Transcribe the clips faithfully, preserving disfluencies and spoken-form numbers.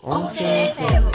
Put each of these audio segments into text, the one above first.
音声 エフエム。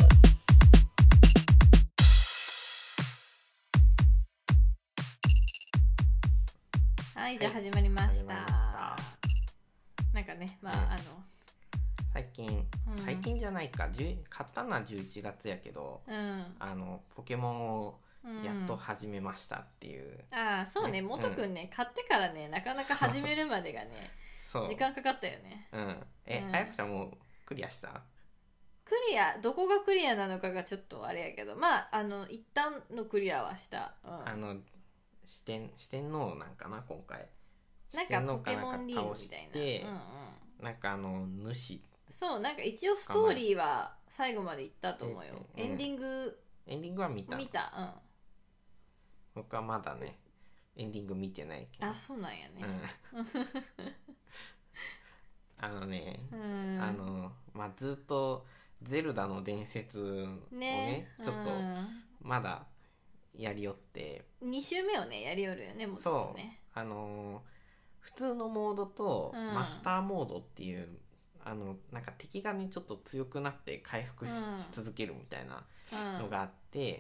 はい、じゃあ始まりました。 始まりましたなんかね、まあ、 うんあの最近、 うん最近じゃないか、じゅう買ったのはじゅういちがつやけど、 うんあのポケモンをうんやっと始めましたっていう、 ああそうね、 ね元くんね、買ってからねなかなか始めるまでがねそう時間かかったよね。 うんえ、 うんあやこちゃんもうクリアした？ クリアどこがクリアなのかがちょっとあれやけど、まああの一旦のクリアはした、うん、 あの四天四天王なんかな今回。 なんかポケモンリーグみたいな、 四天王かなんか倒して、 うんうん、 なんかあの主そうなんか一応ストーリーは最後までいったと思うよ、 うんエンディングエンディングは見たの？ 見た、うん、 僕はまだねエンディング見てないけど。 あそうなんやね、 うんあのね、 うんあのまあずっとゼルダの伝説をねねちょっとうんまだやりよって、 に周目をねやりよるよねもちろんね。 あの普通のモードとうんマスターモードっていう、あのなんか敵がねちょっと強くなって回復し,、 うん続けるみたいなうんのがあって、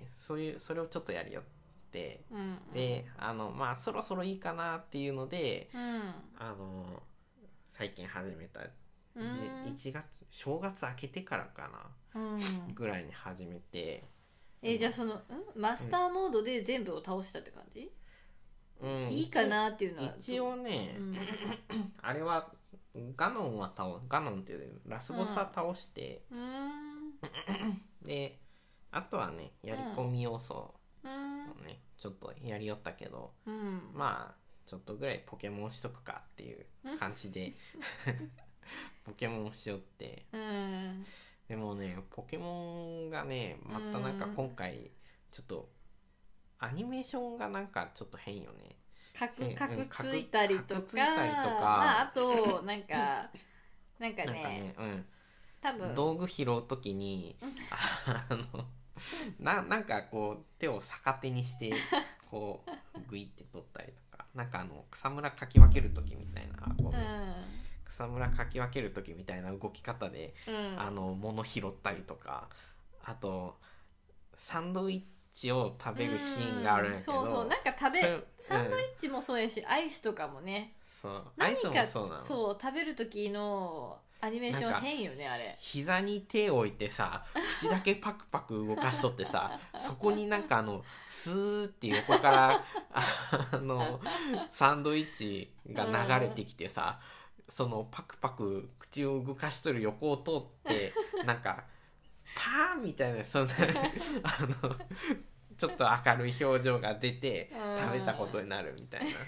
そういうそれをちょっとやりよってうんで、あのまあそろそろいいかなっていうので、 うんあの最近始めた、 うんいちがつ正月明けてからかなうんぐらいに始めて、 えーじゃあそのんマスターモードで全部を倒したって感じ、 うん、 いいかなっていうのは一応ね、 うんあれはガノンは倒ガノンっていうラスボスは倒して、 うーんであとはねやり込み要素うんをね、ちょっとやりよったけど、 うんまあちょっとぐらいポケモンしとくかっていう感じでポケモンしよって、 うんでもねポケモンがねまたなんか今回ちょっとアニメーションがなんかちょっと変よね。 カクうんカクついたりとか、 カクついたりとかまあ、あとなんかなんかねなんかね、うん多分道具拾うときにあの な, なんかこう手を逆手にしてこうグイって取ったりとか、なんかあの草むらかき分けるときみたいな、こうう草むらかき分けるときみたいな動き方で、 んうんあの物拾ったりとか、あとサンドイッチを食べるシーンがあるんやけど、 そうそうなんか食べそれサンドイッチもそうやし、アイスとかもねそうアイスも何かそうなの。 そう食べる時のアニメーション変よねあれ。 膝に手を置いてさ口だけパクパク動かしとってさそこになんかあのスーって横からあのサンドイッチが流れてきてさ、そのパクパク口を動かしとる横を通ってなんかパーンみたいな、そんなあのちょっと明るい表情が出て食べたことになるみたいな。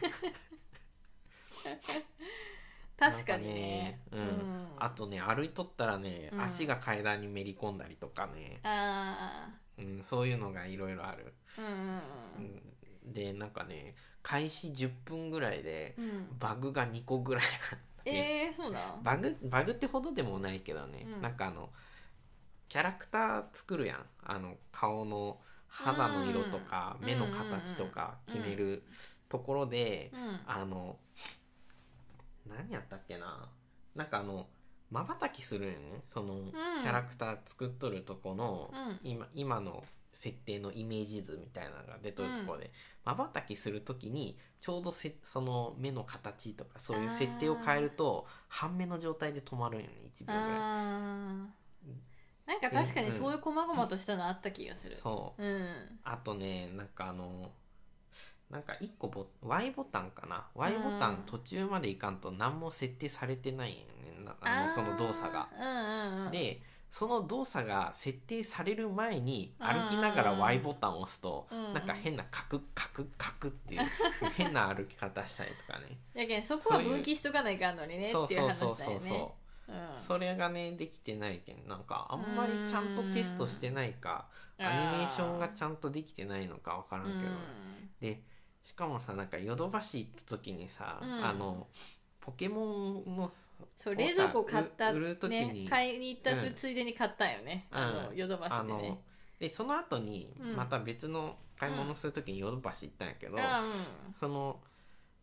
確かにね、 なんかね、うんあとね歩いとったらね、 うん足が階段にめり込んだりとかね、 あうん、そういうのがいろいろある、 ーうんうんうん、でなんかね開始じゅっぷんぐらいでうんうんバグがにこぐらいあって、 えー、そうなんバグバグってほどでもないけどね、 うんなんかあのキャラクター作るやん、あの顔の肌の色とかうん目の形とか決めるところで、 うんあの何やったっけな、なんかあのまばたきするよね、そのキャラクター作っとるとこの、 うん今今の設定のイメージ図みたいなのが出とるところでまばたきするときにちょうどせその目の形とかそういう設定を変えると半目の状態で止まるんよね、いちびょうぐらい。 あーなんか確かにそういう細々としたのあった気がする。 そううんあとねなんかあのなんかいっこボ Y ボタンかな Y ボタン途中までいかんと何も設定されてないんよね、なあのその動作が。 うんうんうん、 でその動作が設定される前に歩きながら Y ボタンを押すとうんなんか変なカクカクカクっていう変な歩き方したりとかね。 やけんそこは分岐しとかないかんのにねそうっていう話だよね。 そうそうそうそううんそれがねできてないけんなんかあんまりちゃんとテストしてないかうんアニメーションがちゃんとできてないのか分からんけど、でしかもさなんかヨドバシ行った時にさ、 うんあのポケモンのそう冷蔵庫買った売る時にね買いに行ったうんついでに買ったよね、あのうんヨドバシあのでね。 でその後にうんまた別の買い物する時にヨドバシ行ったんやけど、 あその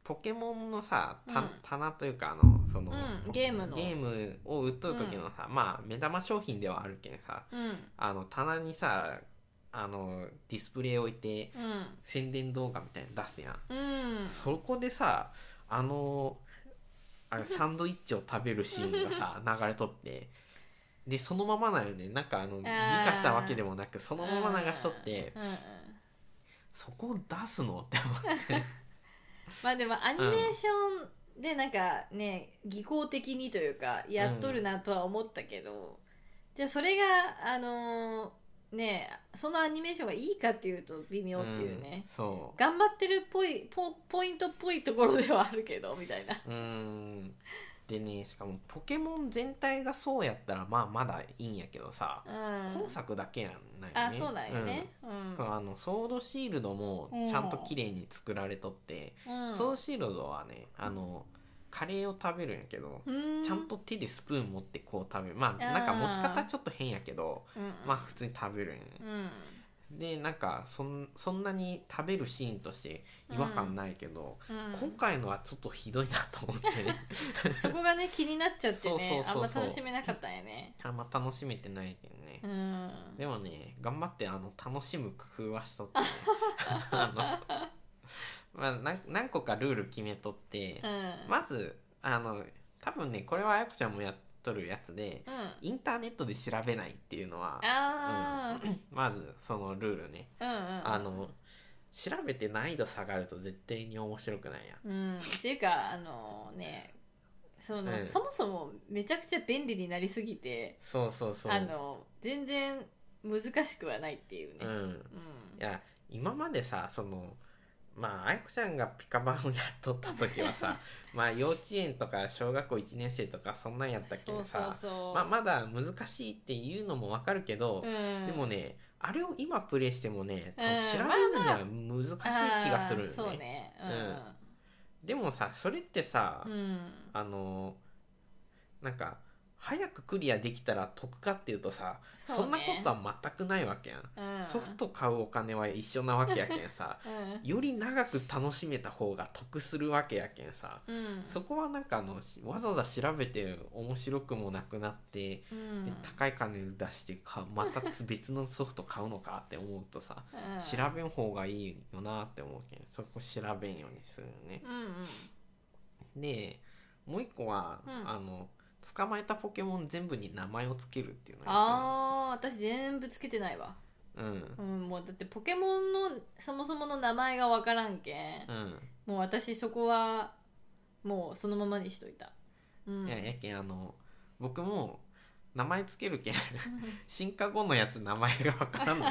ポケモンのさた、 うん、 棚というかあのその、 うん、ゲームのゲームを売っとる時のさ、うん、まあ目玉商品ではあるけんさ、 うん、 あの棚にさあのディスプレイ置いて、 うん、 宣伝動画みたいなの出すやん、 うん、 そこでさあのあれサンドイッチを食べるシーンがさ流れとってでそのままなよね、なんかあの美化したわけでもなくそのまま流しとって、 うんうん、 そこを出すのって思ってまあでもアニメーションでなんかね技巧的にというかやっとるなとは思ったけど、うん、じゃあそれがあのー、ねそのアニメーションがいいかっていうと微妙っていうね、 うん、そう頑張ってるっぽい ポ, ポイントっぽいところではあるけどみたいな。 うーんでね、しかもポケモン全体がそうやったらまあまだいいんやけどさ、うん、今作だけやんないよね。 あ、そうなんよね、うん、 あのソードシールドもちゃんと綺麗に作られとって、うん、ソードシールドはねあのカレーを食べるんやけど、うん、ちゃんと手でスプーン持ってこう食べる、まあなんか持ち方ちょっと変やけど、うん、まあ普通に食べるんやね、うんでなんかそ ん, そんなに食べるシーンとして違和感ないけど、うんうん、今回のはちょっとひどいなと思ってねそこがね気になっちゃってね、あんま楽しめなかったんやね。 あんま楽しめてないけどね、うん、でもね頑張ってあの楽しむ工夫はしとって、ね、あの、まあ、何, 何個かルール決めとって、うん、まずあの多分ねこれはあやこちゃんもやってとるやつで、うん、インターネットで調べないっていうのは、うん、まずそのルールね、うんうんうん、あの調べて難易度下がると絶対に面白くないや、 うん、っていうかあのねその、うん、そもそもめちゃくちゃ便利になりすぎてそうそうそうあの全然難しくはないっていうね、うんうん、 いや今までさそのまあ、あやこちゃんがピカバンをやっとった時はさまあ幼稚園とか小学校いちねん生とかそんなんやったっけどさ、そうそうそう、まあ、まだ難しいっていうのもわかるけど、うん、でもねあれを今プレイしてもね多分調べずには難しい気がするよね、 そうね、うんうん、 でもさそれってさ、うん、あのなんか早くクリアできたら得かっていうとさ そ,、ね、そんなことは全くないわけやん、うん、ソフト買うお金は一緒なわけやけんさ、うん、より長く楽しめた方が得するわけやけんさ、うん、そこはなんかあのわざわざ調べて面白くもなくなって、うん、で高い金出してかまた別のソフト買うのかって思うとさ、うん、調べん方がいいよなって思うけんそこ調べんようにするよね、うんうん、でもう一個は、うん、あの捕まえたポケモン全部に名前をつけるっていうのをやってる。 ああ私全部つけてないわ、うんうん、もうだってポケモンのそもそもの名前が分からんけん、うん、もう私そこはもうそのままにしといた、 うん、いややけんあの僕も名前つけるけん進化後のやつ名前が分からんのよ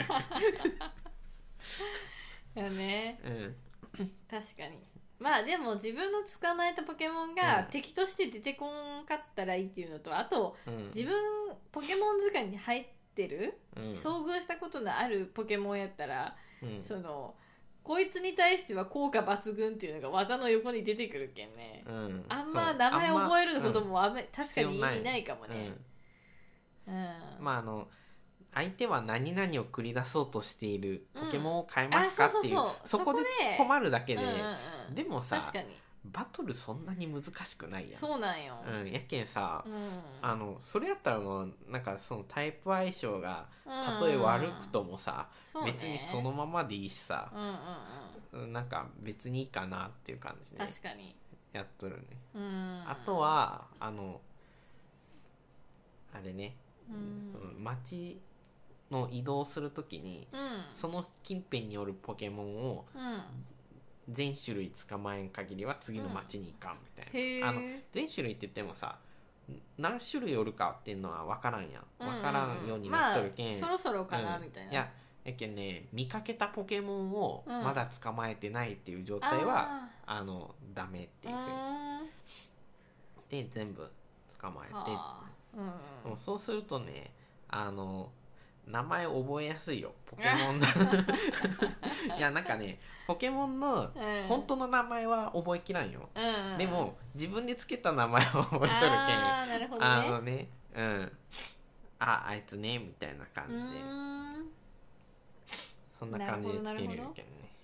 いやね、うん、確かにまあでも自分の捕まえたポケモンが敵として出てこんかったらいいっていうのと、あと、うん、自分ポケモン図鑑に入ってる、うん、遭遇したことのあるポケモンやったら、うん、そのこいつに対しては効果抜群っていうのが技の横に出てくるけんね、うん、あんま名前覚えることもあんま、確かに意味ないかもね、 うんうん、まああの相手は何々を繰り出そうとしているポケモンを変えますか、うん、っていう、そうそうそう、そこで困るだけで、うんうんうん、でもさバトルそんなに難しくないやん。 そうなんよ、 うん、やけんさ、うん、あのそれやったらもうなんかそのタイプ相性がたとえ悪くともさ、うん、別にそのままでいいしさ、うんうんうん、なんか別にいいかなっていう感じで確かにやっとるね、うん、あとはあのあれね、うん、その街の移動するときに、うん、その近辺におるポケモンを全種類捕まえん限りは次の町に行かんみたいな、うん、あの全種類って言ってもさ何種類おるかっていうのは分からんやん分からんようになっとるけん、 まあ、そろそろかなみたいな、 うん、いややけんね見かけたポケモンをまだ捕まえてないっていう状態は、うん、あのダメっていうふうにで全部捕まえて、うんうん、そうするとねあの名前覚えやすいよポケモンいやなんかねポケモンの本当の名前は覚えきらんよ、うんうん、でも自分でつけた名前を覚えとるけんあ、なるほどね、あのねうんああいつねみたいな感じでそんな感じでつけれるけんね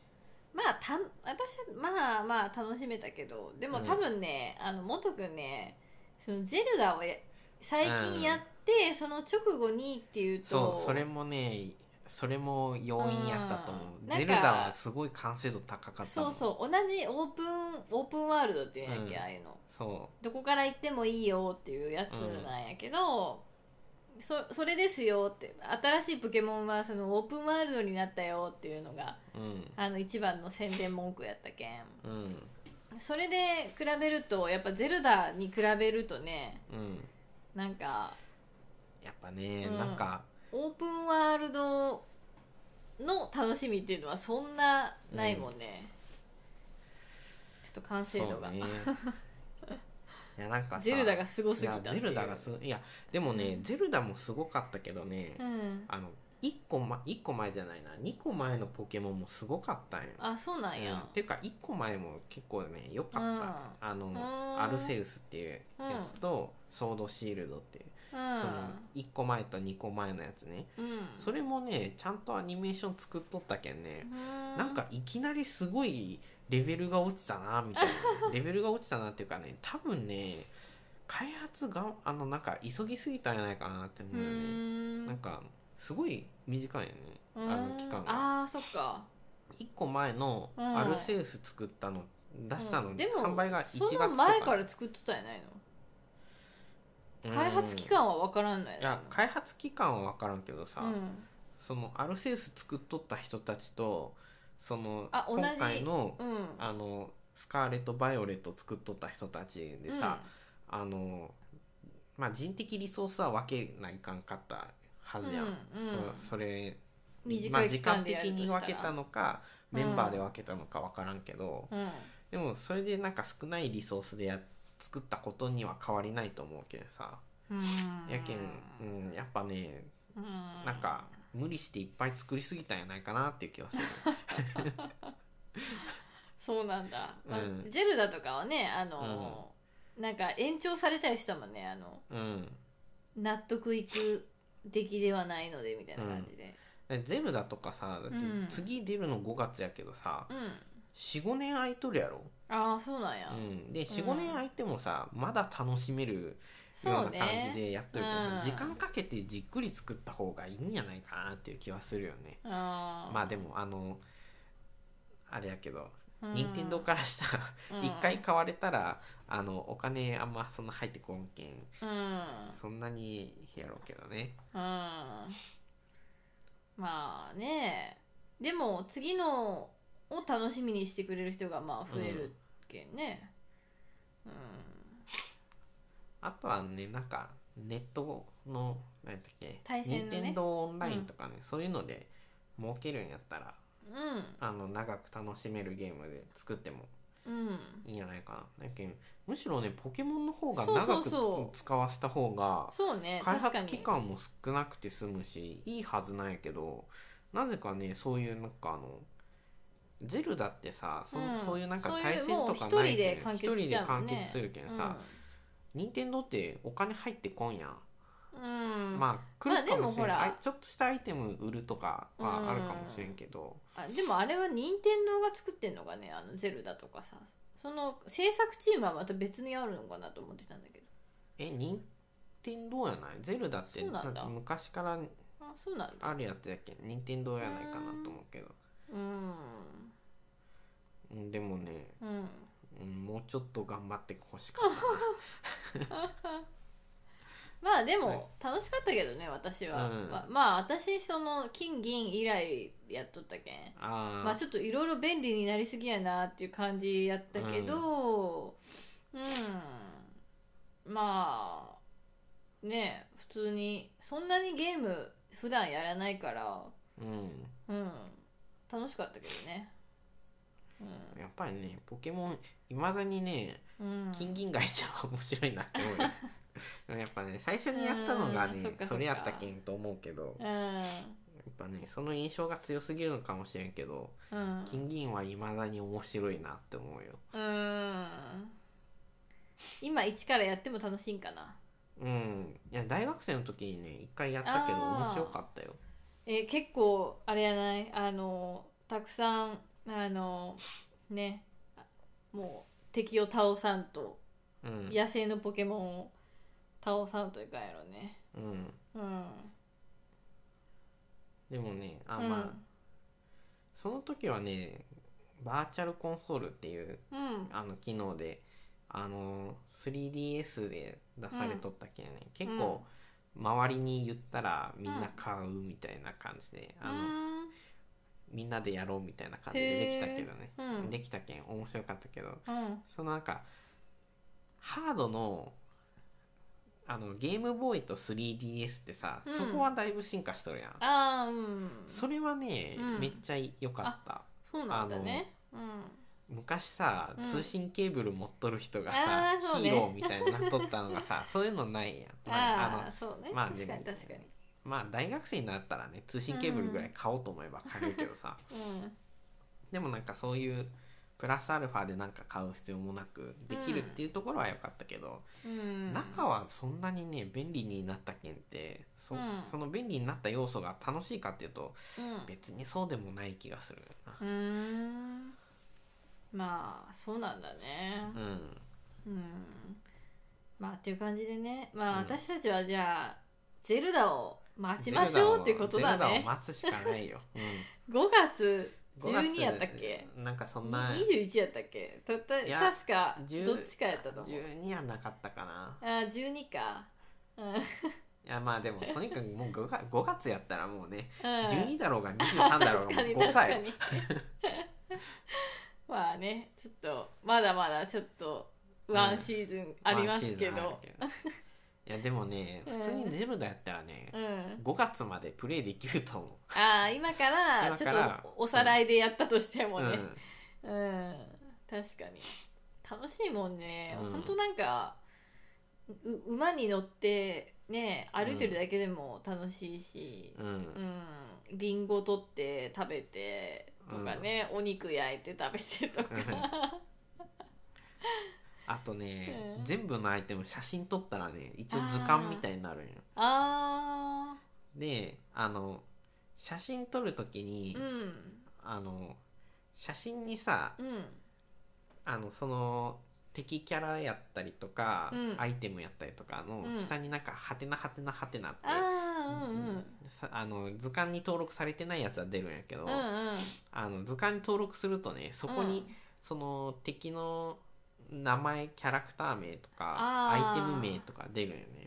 まあた私はまあまあ楽しめたけど、でも多分ね、うん、あの元くんねそのゼルダを最近やって、うん、その直後にっていうとそうそれもねそれも要因やったと思う、うん、ゼルダはすごい完成度高かったもん。 そうそう同じオープンオープンワールドっていうんやっけ、うん、ああいうのそうどこから行ってもいいよっていうやつなんやけど、うん、そ, それですよって新しいポケモンはそのオープンワールドになったよっていうのが、うん、あの一番の宣伝文句やったけん、うん、それで比べるとやっぱゼルダに比べるとね、うん、なんかやっぱね、うん、なんかオープンワールドの楽しみっていうのはそんなないもんね、うん、ちょっと完成度が、ね、 いやなんかさゼルダがすごすぎたっていう。 いやゼルダがすいやでもね、うん、ゼルダもすごかったけどね、うん、あのいっこ、ま、いっこまえじゃないなにこまえのポケモンもすごかったんよ。 あそうなんや、うん、 っていうかいっこまえも結構ね良かった、うん、あのアルセウスっていうやつと、うん、ソードシールドっていうそのいっこまえとにこまえのやつね、うん、それもねちゃんとアニメーション作っとったけんね、んなんかいきなりすごいレベルが落ちたなみたいなレベルが落ちたなっていうかね多分ね開発があのなんか急ぎすぎたんじゃないかなって思うよね。んなんかすごい短いよねあの期間が。あーそっかいっこまえのアルセウス作ったの、うん、出したの、うん、 でも販売がいちがつとか、 その前から作っとったんやないの。開発期間は分からんのや。 いや開発期間は分からんけどさ、うん、そのアルセウス作っとった人たちとその今回の、うん、あのスカーレット・バイオレット作っとった人たちでさ、うん、あのまあ人的リソースは分けないかんかったはずやん、うんうん、そ, それまあ、時間的に分けたのかメンバーで分けたのか分からんけど、うん、でもそれでなんか少ないリソースでや作ったことには変わりないと思うけどさ、うん、やけん、うん、やっぱね、うん、なんか無理していっぱい作りすぎたんやないかなっていう気はするそうなんだ、まあうん、ゼルダとかはねあの、うん、なんか延長されたりしたもんねあの、うん、納得いく出来ではないのでみたいな感じで、 うん、ゼルダとかさだって次出るのごがつやけどさ、うん、よんごねん空いとるやろ。 ああそうなんや、 うん、で よんごねん空いてもさ、うん、まだ楽しめるような感じでやっとるけど、ねうん、時間かけてじっくり作った方がいいんじゃないかなっていう気はするよね。あまあでもあのあれやけど任天堂からしたら一回買われたらあのお金あんまそんな入ってこんけん、うん、そんなにやろうけどね、うん、 まあねでも次のを楽しみにしてくれる人がまあ増えるけんね、うんうん、 あとはねなんかネットの何だっけ対戦のね任天堂オンラインとかね、うん、そういうので儲けるんやったら、うん、あの長く楽しめるゲームで作ってもいいんじゃないかな。だけんむしろねポケモンの方が長く使わせた方が開発期間も少なくて済むしいいはずなんやけどなぜかねそういうなんかあのゼルダってさ そ,、うん、そういうなんか対戦とかないけん一人で完結するけんさ、うん、任天堂ってお金入ってこんやん、うん、まあ来るかもしれない、まあ、ちょっとしたアイテム売るとかはあるかもしれんけど、 うん、あでもあれは任天堂が作ってんのかねあのゼルダとかさその制作チームはまた別にあるのかなと思ってたんだけどえ任天堂やないゼルダってなんか昔からあるやつやけん任天堂やないかなと思うけどうんでもね、うん、もうちょっと頑張ってほしかったなまあでも楽しかったけどね私は、うん、ま, まあ私その金銀以来やっとったけんあまあちょっといろいろ便利になりすぎやなっていう感じやったけどうん、うん、まあね普通にそんなにゲーム普段やらないからうん、うん、楽しかったけどね、 うん、やっぱりねポケモンいまだにね、うん、金銀が一番面白いなって思うよやっぱね最初にやったのがね、うん、そ, それやったけんと思うけど、うん、やっぱねその印象が強すぎるのかもしれんけど、うん、金銀はいまだに面白いなって思うよ。うん今一からやっても楽しいんかな。 うんいや大学生の時にね一回やったけど面白かったよ。 え結構あれやないあのたくさんあのねもう敵を倒さんと、 うん、 野生のポケモンを倒さんといかんやろね。 うんうんでもねあ、 うん、 まあその時はねバーチャルコンソールっていう、 うん、 あの機能であの スリーディーエス で出されとったけんね、うん、結構周りに言ったらみんな買うみたいな感じで、うん、あのみんなでやろうみたいな感じでできたけどね、うん、できたけん面白かったけど、 うん、 そのなんかハードのあのゲームボーイと スリーディーエス ってさ、うん、そこはだいぶ進化しとるやん。 あ、うん、 それはね、うん、めっちゃ良かった。 そうなんだね。うん、 昔さ、うん、通信ケーブル持っとる人がさ、ね、ヒーローみたいになっとったのがさそういうのないやん。 まあ、あのそうね、まあ、確かに確かに。 まあ大学生になったらね通信ケーブルぐらい買おうと思えば買えるけどさ、うん、でもなんかそういうプラスアルファでなんか買う必要もなくできるっていうところは良かったけど、うん、中はそんなにね便利になったけんって そ,、うん、その便利になった要素が楽しいかっていうと、うん、別にそうでもない気がするな。 うーんまあそうなんだね。うん、うん、まあっていう感じでね、まあ私たちはじゃあ、うん、ゼルダを待ちましょうってことだね。 ゼルダを待つしかないよ、うん、 ごがつじゅうにやったっけ？ なんかそんなにじゅういちやったっけ？たた確かどっちかやったと思う。 じゅうにはなかったかな。 あじゅうにか、うん、いやまあでもとにかくもう 5, がごがつやったらもうね、うん、じゅうにだろうがにじゅうさんだろうがもうごさいまあねちょっとまだまだちょっとワンシーズンありますけど、うん、 いやでもね普通にゼルダやったらね、うん、ごがつまでプレイできると思う。 ああ今からちょっとおさらいでやったとしてもね、うん、うん、確かに楽しいもんね、うん、ほんとなんかう馬に乗ってね歩いてるだけでも楽しいし、うんうん、リンゴ取って食べてとかね、うん、お肉焼いて食べてとかあとね、うん、全部のアイテム写真撮ったらね一応図鑑みたいになるんよ。 あであの写真撮るときに、うん、あの写真にさ、うん、あのその敵キャラやったりとか、うん、アイテムやったりとかの下になんかハテナハテナハテナって、 あ、うんうん、 あの図鑑に登録されてないやつは出るんやけど、うんうん、あの図鑑に登録するとねそこに、うん、その敵の名前キャラクター名とかアイテム名とか出るよね、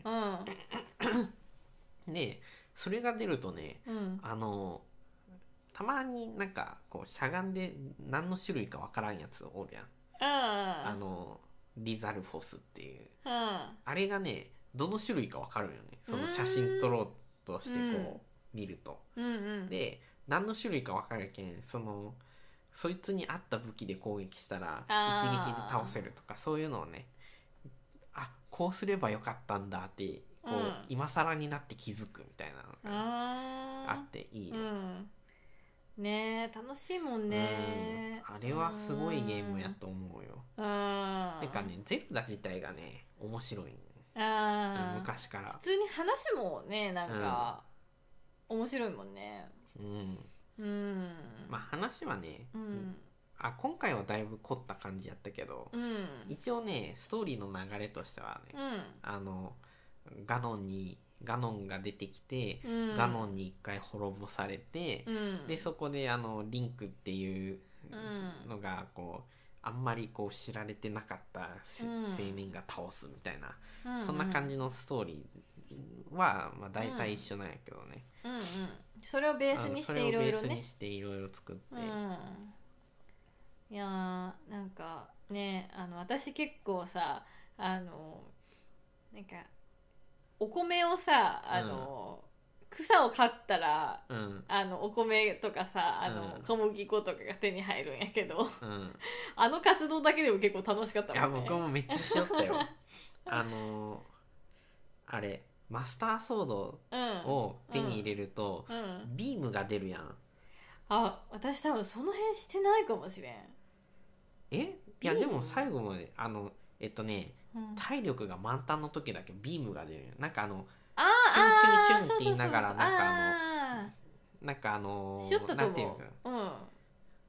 うん、でそれが出るとね、うん、あのたまになんかこうしゃがんで何の種類かわからんやつおるやん。あのリザルフォスっていう、うん、あれがねどの種類か分かるよねその写真撮ろうとしてこう見ると、うんうん、で何の種類か分かるけんそのそいつに合った武器で攻撃したら一撃で倒せるとかそういうのをねあこうすればよかったんだってこう、うん、今更になって気づくみたいなのがあっていいよ、うんねえ楽しいもんね、 うん、あれはすごいゲームやと思うよ。てかねゼルダ自体がね面白い、ね、あ昔から普通に話もねなんか、うん、面白いもんね。うんうん、まあ話はね、うん、あ今回はだいぶ凝った感じやったけど、うん、一応ねストーリーの流れとしてはね、うん、あのガノンにガノンが出てきて、うん、ガノンに一回滅ぼされて、うん、でそこであのリンクっていうのがこうあんまりこう知られてなかった、うん、青年が倒すみたいな、うん、そんな感じのストーリーはまあ大体一緒なんやけどね、 うんうんうん、それをベースにしていろいろねそれをベースにしていろいろ作って、うん、 いやーなんかねあの私結構さあのなんかお米をさあの、うん、草を刈ったら、うん、あのお米とかさあの、うん、小麦粉とかが手に入るんやけど、うん、あの活動だけでも結構楽しかったもんね。 いや僕もめっちゃしよったよあのあれマスターソードを手に入れると、うんうん、ビームが出るやん。 あ私多分その辺してないかもしれん。 えいやでも最後まであのえっとね体力が満タンの時だけビームが出る。なんかあのあシュンシュンシュンって言いながらなんかあのなんかあのシュッととも、うん、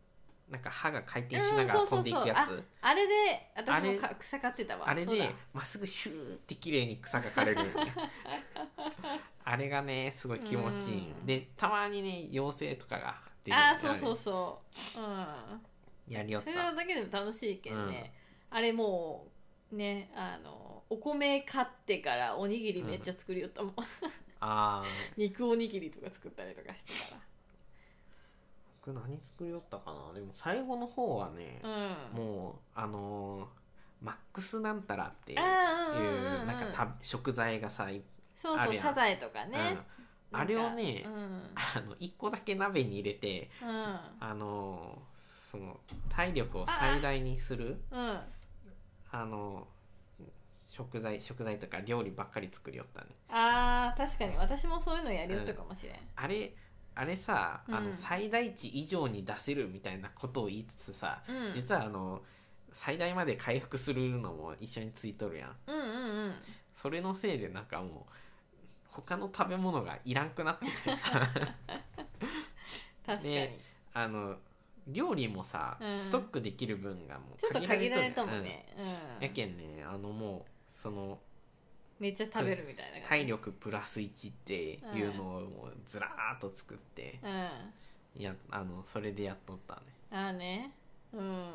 なんか歯が回転しながら飛んでいくやつ、 うんそうそうそうあ、あれで私あれもか草刈ってたわ。 あれそうだでまっすぐシューって綺麗に草が刈れるよねあれがねすごい気持ちいい、 うんでたまにね妖精とかが出るよね、 あ、そうそうそううんやりよったそれだけでも楽しいけんね、あれもうねあのお米買ってからおにぎりめっちゃ作りよったもん、 あー肉おにぎりとか作ったりとかしてた僕何作りよったかな。でも最後の方はね、 らうんもうあのーマックスなんたらっていうあーうんうんうんうんなんかた食材がさ、いそうあるやんそうサザエとかね、 うんあれをね、 うんあのいっこだけ鍋に入れて、 うんあのーその体力を最大にするうんあの食材食材とか料理ばっかり作りよったね。 あー確かに私もそういうのやりよったかもしれん、 あれあれさ、あのうん最大値以上に出せるみたいなことを言いつつさ、 うん実はあの最大まで回復するのも一緒についとるやん。 うんうんうんそれのせいでなんかもう他の食べ物がいらんくなってきてさ確かにであの料理もさ、 うんストックできる分がもうちょっと限られたとるもんね、うんうんやけんねあのもうそのめっちゃ食べるみたいな感じ体力プラスいちっていうのをもうずらーっと作って、 うんやあのそれでやっとったね。 ああねうん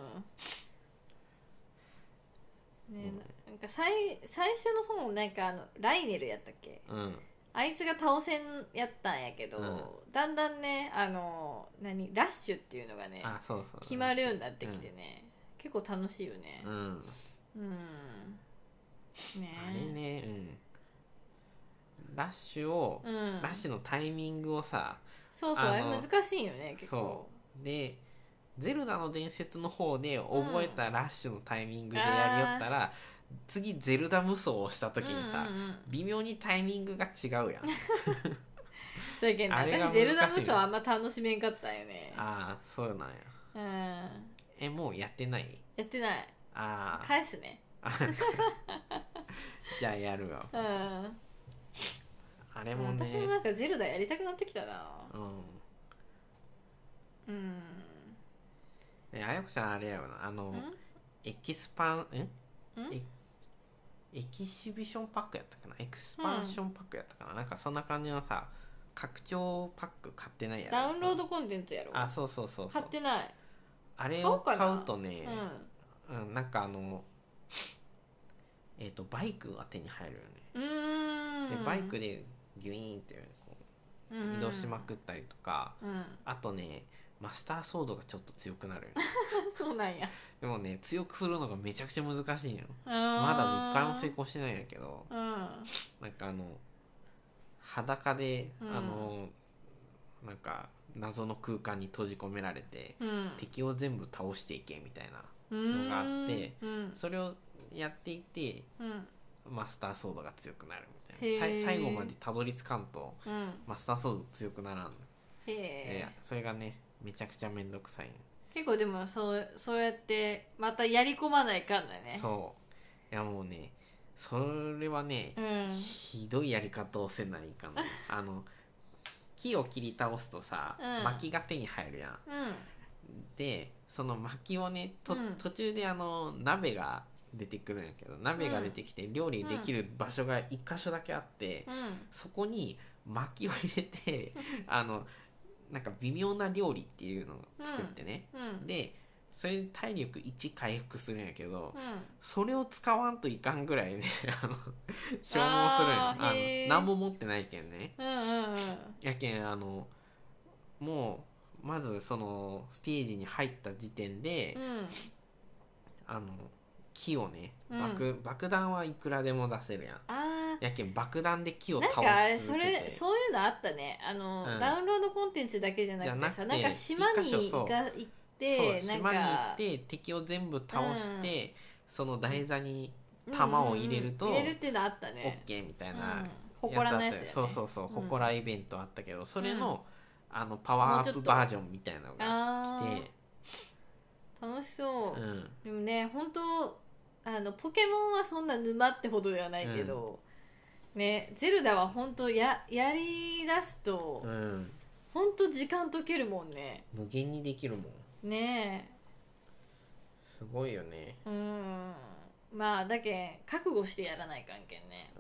ね、なんか最最初の方なんかあのライネルやったっけ、 うんあいつが倒せんやったんやけど、 うんだんだんねあの何ラッシュっていうのがねあそうそう決まるようになってきてね、結構楽しいよねうん、 うんねあれねうんラッシュを、 うんラッシュのタイミングをさそうそうあれあの難しいよね結構そうでゼルダの伝説の方で覚えたラッシュのタイミングでやりよったら、次ゼルダ無双をした時にさ、 うんうんうん微妙にタイミングが違うやんそうやけんねあれが私ゼルダ無難しい双あんま楽しめんかったんよねああそうなんや。 うんえもうやってないやってないああ返すねじゃあやるわ。 うんあれもね私もなんかゼルダやりたくなってきたなうんうんねあやこちゃんあれやよなあのんエキスパンんんえエキシビションパックやったかなエクスパンションパックやったかな、なんかそんな感じのさ拡張パック買ってないやろ。 ダウンロードコンテンツやろあそうそうそうそう買ってないあれを買うとねううん、なんかあのえっ、とバイクが手に入るよね。 んうーんでバイクでギュイーンってこう移動しまくったりとか、 うんあとねマスターソードがちょっと強くなるよねそうなんやでもね強くするのがめちゃくちゃ難しいんよ。ままだ一回も成功してないんやけど、 うんなんかあの裸で、 うんあのなんか謎の空間に閉じ込められて、 うん敵を全部倒していけみたいなのがあってうんそれをやっていってうんマスターソードが強くなるみたいな。 へーさい最後までたどり着かんとうんマスターソード強くならん、 へいえやそれがねめちゃくちゃめんどくさいん、 結構でもそうそうやってまたやり込まないかんだねそういやもうねそれはね、 うんひどいやり方をせないかなあの木を切り倒すとさ、 うん薪が手に入るやん。 うんでその薪をねと、 うん途中であの鍋が出てくるんやけど鍋が出てきて料理できる場所が一箇所だけあって、 うんそこに薪を入れてあのなんか微妙な料理っていうのを作ってね、 うんでそれで体力いち回復するんやけど、 うんそれを使わんといかんぐらいねあの消耗するんよ。 あーあへーの何も持ってないけんね。 うんうんやけんあのもうまずそのステージに入った時点で、 うんあの木をねうん爆,、爆弾はいくらでも出せるやん。 あやけん爆弾で木をーなん倒かあれそし続けてれそういうのあったねあの、 うんダウンロードコンテンツだけじゃなくてさじゃなくてなんか島に一箇所そう行か行っそうてなん島に行かって敵を全部倒して、その台座に弾を入れると、 うんうんうん入れるっていうのあったオッねケーみたいなうんや祠つあったよのやつやねそうそうそううん祠イベントあったけど、それの,、あのパワーアップバージョンみたいなのが来て、 楽しそう、 うん、 でもね本当あのポケモンはそんな沼ってほどではないけど、ねゼルダは本当ややりだすと、 うん、 本当時間解けるもんね無限にできるもん。 ねすごいよね。 え、うんまあだけん覚悟してやらない関係ね。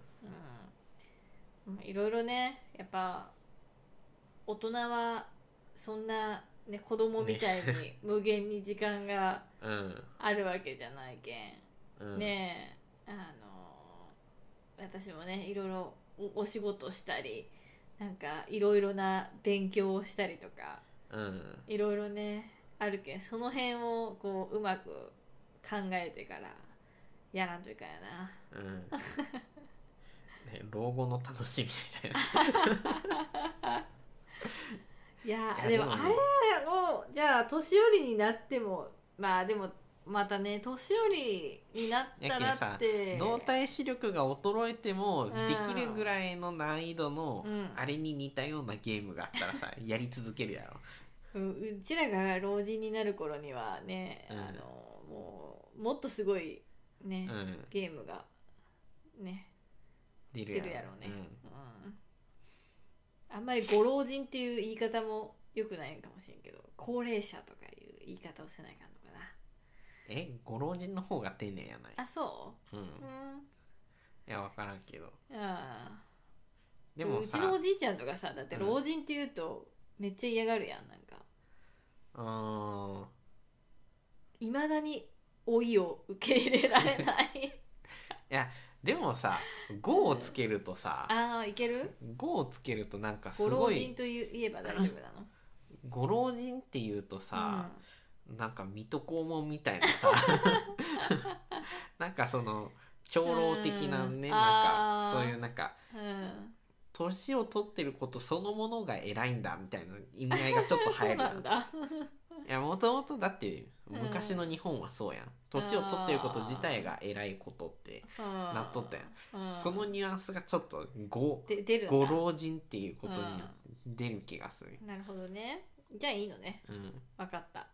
うんうんいろいろねやっぱ大人はそんな、ね、子供みたいに無限に時間がうんあるわけじゃないけん、 うんねえあの私もねいろいろお、お仕事したりなんかいろいろな勉強をしたりとかうんいろいろねあるけんその辺をこううまく考えてからやらんといかんやな。 うんね、老後の楽しみみたいな。 いやいやでもねでもあれをじゃあ年寄りになってもまあでもまたね年寄りになったらやけんさって動体視力が衰えてもんできるぐらいの難易度のうんあれに似たようなゲームがあったらさやり続けるやろ。 うんうちらが老人になる頃にはね、 うんあのもうもっとすごいね、 うんゲームがね出るやろ出るやろうね、うんあんまりご老人っていう言い方も良くないかもしれんけど高齢者とかいう言い方をせないかんのかな。 えご老人の方が丁寧やない。 あそうんううんいや分からんけどあでもさうちのおじいちゃんとかさだって老人って言うとめっちゃ嫌がるやんなんかうーんいまだに老いを受け入れられないいやでもさごをつけるとさ、 ああいけるごをつけるとなんかすご老ごい人と言えば大丈夫なのご老人っていうとさ、なんか水戸黄門みたいなさなんかその長老的なね、 うんなんあーかそういうなんかうん年を取ってることそのものが偉いんだみたいな意味合いがちょっと入るそうなんだいやもともとだって昔の日本はそうやん、年を取ってること自体が偉いことってなっとったやん、 うん、 そのニュアンスがちょっとごで出るんだご老人っていうことに出る気がする、 なるほどねじゃあいいのねうん分かった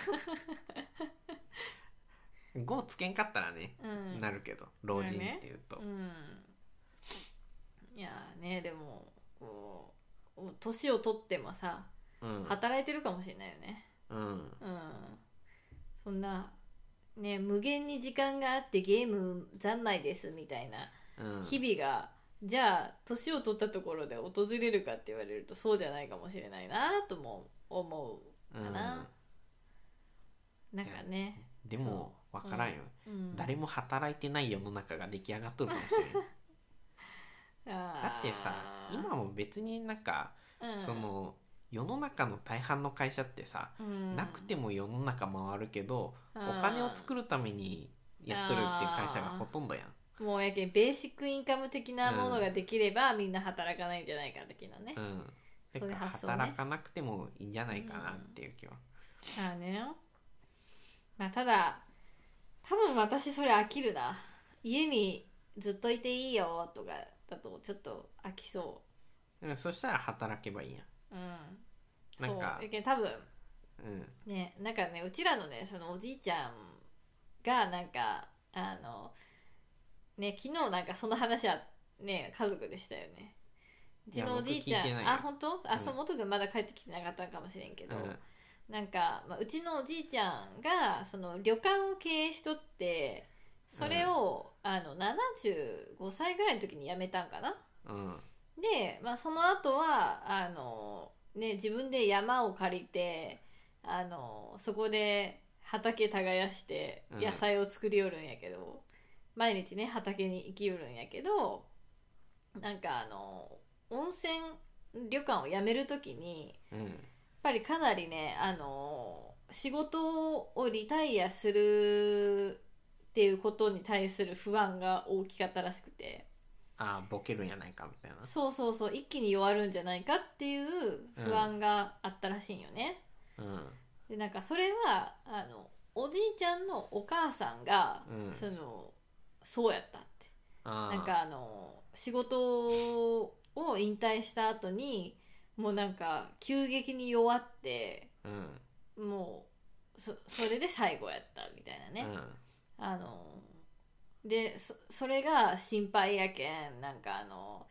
ごつけんかったらね、 うんなるけど老人っていうと、 うんいやーねでもこう年を取ってもさうん働いてるかもしれないよねうんうんそんなね無限に時間があってゲーム三昧ですみたいなうん日々がじゃあ年を取ったところで訪れるかって言われるとそうじゃないかもしれないなとも思うかな、なんかねでも分からんよ、 うん誰も働いてない世の中が出来上がっとるかもしれないだってさ今も別になんか、 うんその世の中の大半の会社ってさ、 うんなくても世の中回るけど、 うんお金を作るためにやっとるっていう会社がほとんどやん、 もうやけんベーシックインカム的なものができれば、みんな働かないんじゃないか的なね、 うんてそういうか発想ね働かなくてもいいんじゃないかなっていう気は、 まあねまあただ多分私それ飽きるな家にずっといていいよとかだとちょっと飽きそでもそしたら働けばいいやんううんなんかそうやけん多分うんねなんかねうちらのねそのおじいちゃんがなんかあのね昨日なんかその話はね家族でしたよねうちのおじいちゃんいや僕聞いてないよあ本当あ、 うんそう元くんまだ帰ってきてなかったかもしれんけど、 うんなんか、まあ、うちのおじいちゃんがその旅館を経営しとってそれを、あのななじゅうごさいぐらいの時に辞めたんかなうんで、まあ、その後はあの、ね、自分で山を借りてあのそこで畑耕してうん野菜を作りよるんやけど、毎日ね畑に行きよるんやけどなんかあの温泉旅館を辞める時にうんやっぱりかなりねあの仕事をリタイアするっていうことに対する不安が大きかったらしくてああボケるんやないかみたいなそうそうそう一気に弱るんじゃないかっていう不安があったらしいんよね、 うんでなんかそれはあのおじいちゃんのお母さんが、 うんそのそうやったってああなんかあの仕事を引退した後にもうなんか急激に弱ってうんもう そ, それで最後やったみたいなね、 うんあので そ, それが心配やけんなんかあの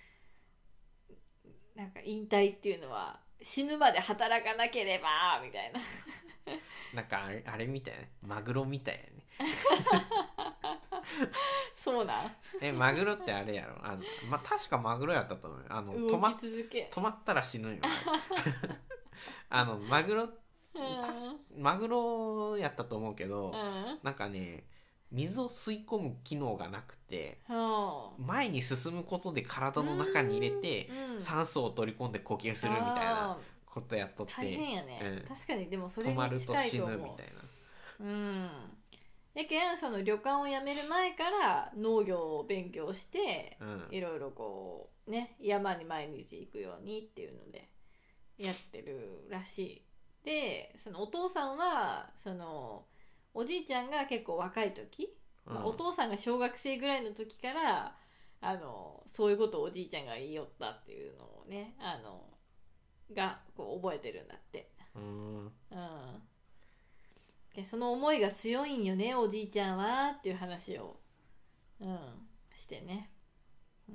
なんか引退っていうのは死ぬまで働かなければみたいななんかあれ、あれみたいな、マグロみたいやねそうなんえマグロってあれやろ、あの、まあ、確かマグロやったと思うよ。あの止ま動き続け止まったら死ぬんよあのマグロ、確かマグロやったと思うけど、 うん、 なんかね水を吸い込む機能がなくて、 うん、 前に進むことで体の中に入れてうん、 酸素を取り込んで呼吸するみたいなあことやっとって、 ー大変やね、 うん確かに。でもそれ止まるに近いと死と思う。 ぬみたいな。 うんやけんその旅館を辞める前から農業を勉強してうんいろいろこうね山に毎日行くようにっていうのでやってるらしい。でそのお父さんはそのおじいちゃんが結構若い時、 うんまあお父さんが小学生ぐらいの時からあのそういうことをおじいちゃんが言いよったっていうのをねあのがこう覚えてるんだって。 うんうんでその思いが強いんよねおじいちゃんはっていう話を、うん、してね、うん、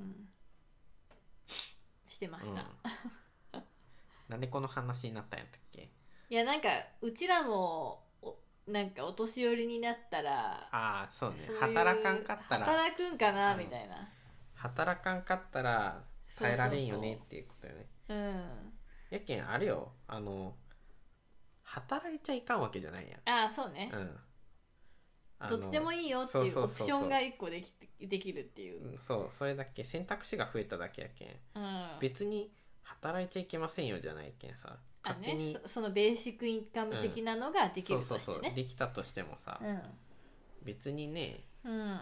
してました、 うん、なんでこの話になったんやったっけ。 いやなんかうちらもおなんかお年寄りになったらああそうね、 そういう働かんかったら働くんかな、 うんみたいな。 働かんかったら耐えられんよねっていうことよね。 うんやけんあれよ、あの働いちゃいかんわけじゃないやん。 ああそうね、 うんあのどっちでもいいよっていうオプそうそうそうそうションが一個できてできるっていう、 うんそうそれだけ選択肢が増えただけやけん、 うん、 別に働いちゃいけませんよじゃないけんさ、 あ勝手に、 ね、そ, そのベーシックインカム的なのができるとしてね、 そうそうそうできたとしてもさ、 うん別にねうん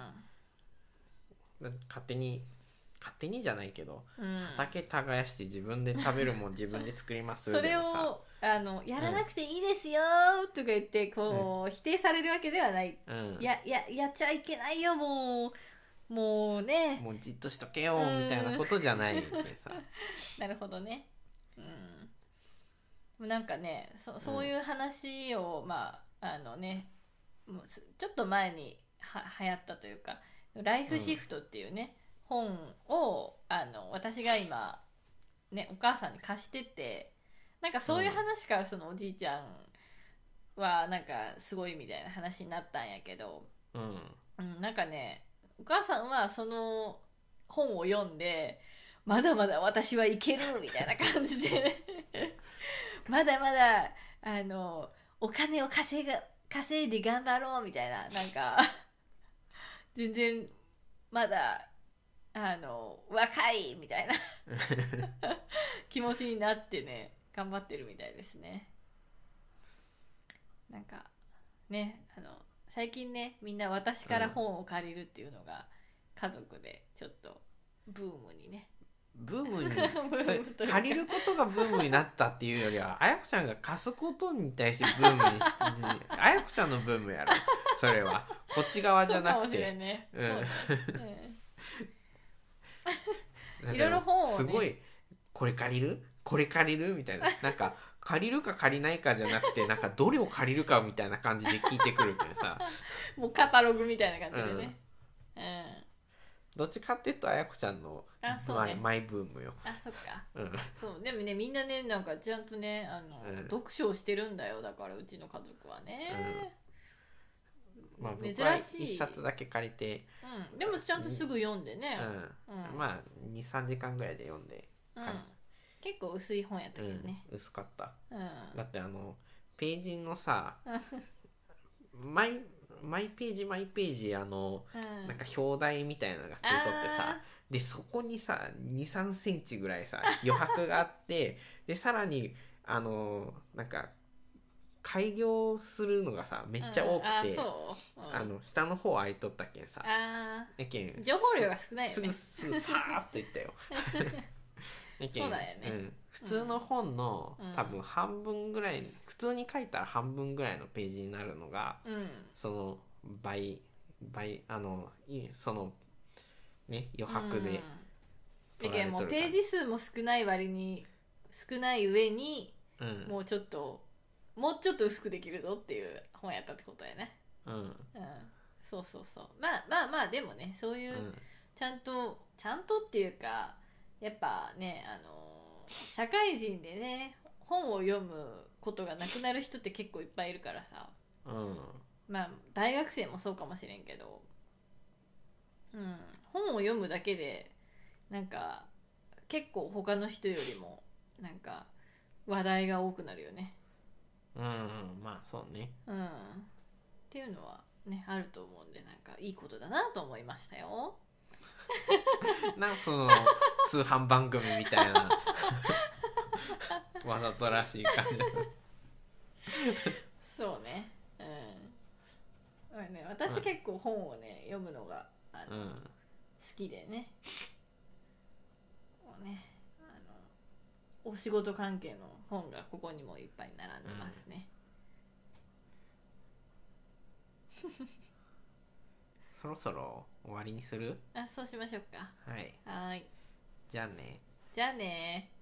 勝手に勝手にじゃないけど、 うん畑耕して自分で食べるもん自分で作りますそれでもさをあのやらなくていいですよとか言ってこう、否定されるわけではない、 うん、 やややっちゃいけないよもうもうねもうじっとしとけよみたいなことじゃないってさ、 なるほどね。うんなんかね そ, そういう話を、うん、まああのねもうちょっと前には流行ったというかライフシフトっていうね、うん、本をあの私が今ねお母さんに貸してて、なんかそういう話からそのおじいちゃんはなんかすごいみたいな話になったんやけど、 うんうん、なんかねお母さんはその本を読んでまだまだ私はいけるみたいな感じで、ね、まだまだあのお金を稼が稼いで頑張ろうみたいな、なんか全然まだあの若いみたいな気持ちになってね頑張ってるみたいですね。なんかねあの最近ねみんな私から本を借りるっていうのが家族でちょっとブームにねブームにブームというか借りることがブームになったっていうよりはあやこちゃんが貸すことに対してブームにしてあやこちゃんのブームやろそれはこっち側じゃなくて、 そうかもしれんね、 うんそうね、うん、いろいろ本をねすごいこれ借りるこれ借りるみたいな、なんか借りるか借りないかじゃなくてなんかどれを借りるかみたいな感じで聞いてくるけどさもうカタログみたいな感じでね、うん、うん、 どっちかっていうとあやこちゃんのあそうねマイ、マイブームよ。 あそっか、 うん、 そうでもねみんなねなんかちゃんとねあの、うん、読書をしてるんだよ。だからうちの家族はね、 うん、まあ僕珍はしい一冊だけ借りて、 うん、でもちゃんとすぐ読んでね、 うんうん、 まあ にさんじかんぐらいで読んで、 うん、結構薄い本やったけどね、 うん、薄かった、 うん、 だってあのページのさ毎毎ページ毎ページあの、うん、なんか表題みたいなのがついとってさ、でそこにさ にさんセンチぐらいさ余白があってでさらにあのなんか開業するのがさめっちゃ多くて、うん、あ、そう、うん、あの下の方空いとったけんさ、 あやけん情報量が少ないよね。 すぐすぐさーっといったよやけんそうだよね、 うん、普通の本の、うん、多分半分ぐらい普通に書いたら半分ぐらいのページになるのが、うん、その倍倍あのそのね余白で、 だけどもうページ数も少ない割に少ない上に、 うん、 もうちょっともうちょっと薄くできるぞっていう本やったってことやね。 うん、うん、 そうそうそう。まあまあまあでもねそういう、うん、ちゃんとちゃんとっていうかやっぱねあの社会人でね本を読むことがなくなる人って結構いっぱいいるからさ、 うん、 まあ大学生もそうかもしれんけど、うん、本を読むだけでなんか結構他の人よりもなんか話題が多くなるよね。 うん、うん、まあそうね。 うん。っていうのはねあると思うんで、なんかいいことだなと思いましたよ。 なんかその通販番組みたいなわざとらしい感じ。 そうね。うん。まあね、私結構本をね読むのがあの、うん、好きでね。もうね、あのお仕事関係の本がここにもいっぱい並んでますね。うん、 そろそろ終わりにする？ あ、そうしましょうか。 はい。 はい。 じゃあね。 じゃあね。